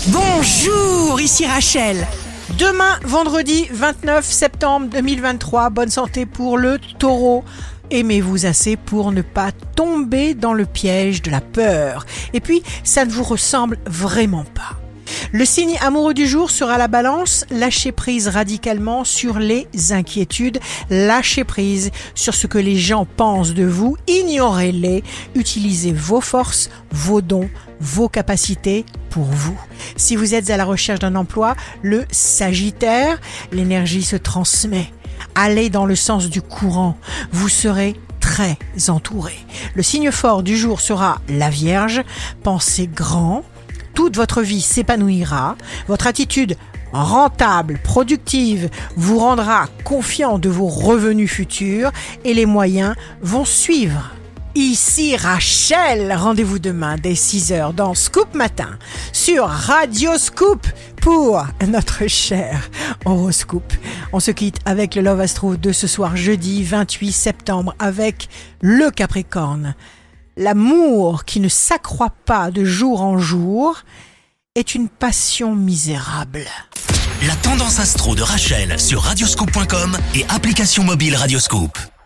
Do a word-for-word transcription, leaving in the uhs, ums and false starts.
Bonjour, ici Rachel. Demain, vendredi vingt-neuf septembre deux mille vingt-trois, bonne santé pour le taureau. Aimez-vous assez pour ne pas tomber dans le piège de la peur. Et puis, ça ne vous ressemble vraiment pas. Le signe amoureux du jour sera la balance. Lâchez prise radicalement sur les inquiétudes. Lâchez prise sur ce que les gens pensent de vous. Ignorez-les. Utilisez vos forces, vos dons, vos capacités pour vous. Si vous êtes à la recherche d'un emploi, le Sagittaire, l'énergie se transmet. Allez dans le sens du courant. Vous serez très entouré. Le signe fort du jour sera la Vierge. Pensez grand. Toute votre vie s'épanouira. Votre attitude rentable, productive, vous rendra confiant de vos revenus futurs et les moyens vont suivre. Ici Rachel, rendez-vous demain dès six heures dans Scoop Matin sur Radio Scoop pour notre cher horoscope. On se quitte avec le Love Astro de ce soir jeudi vingt-huit septembre avec le Capricorne. L'amour qui ne s'accroît pas de jour en jour est une passion misérable. La tendance astro de Rachel sur radioscoop point com et application mobile Radioscoop.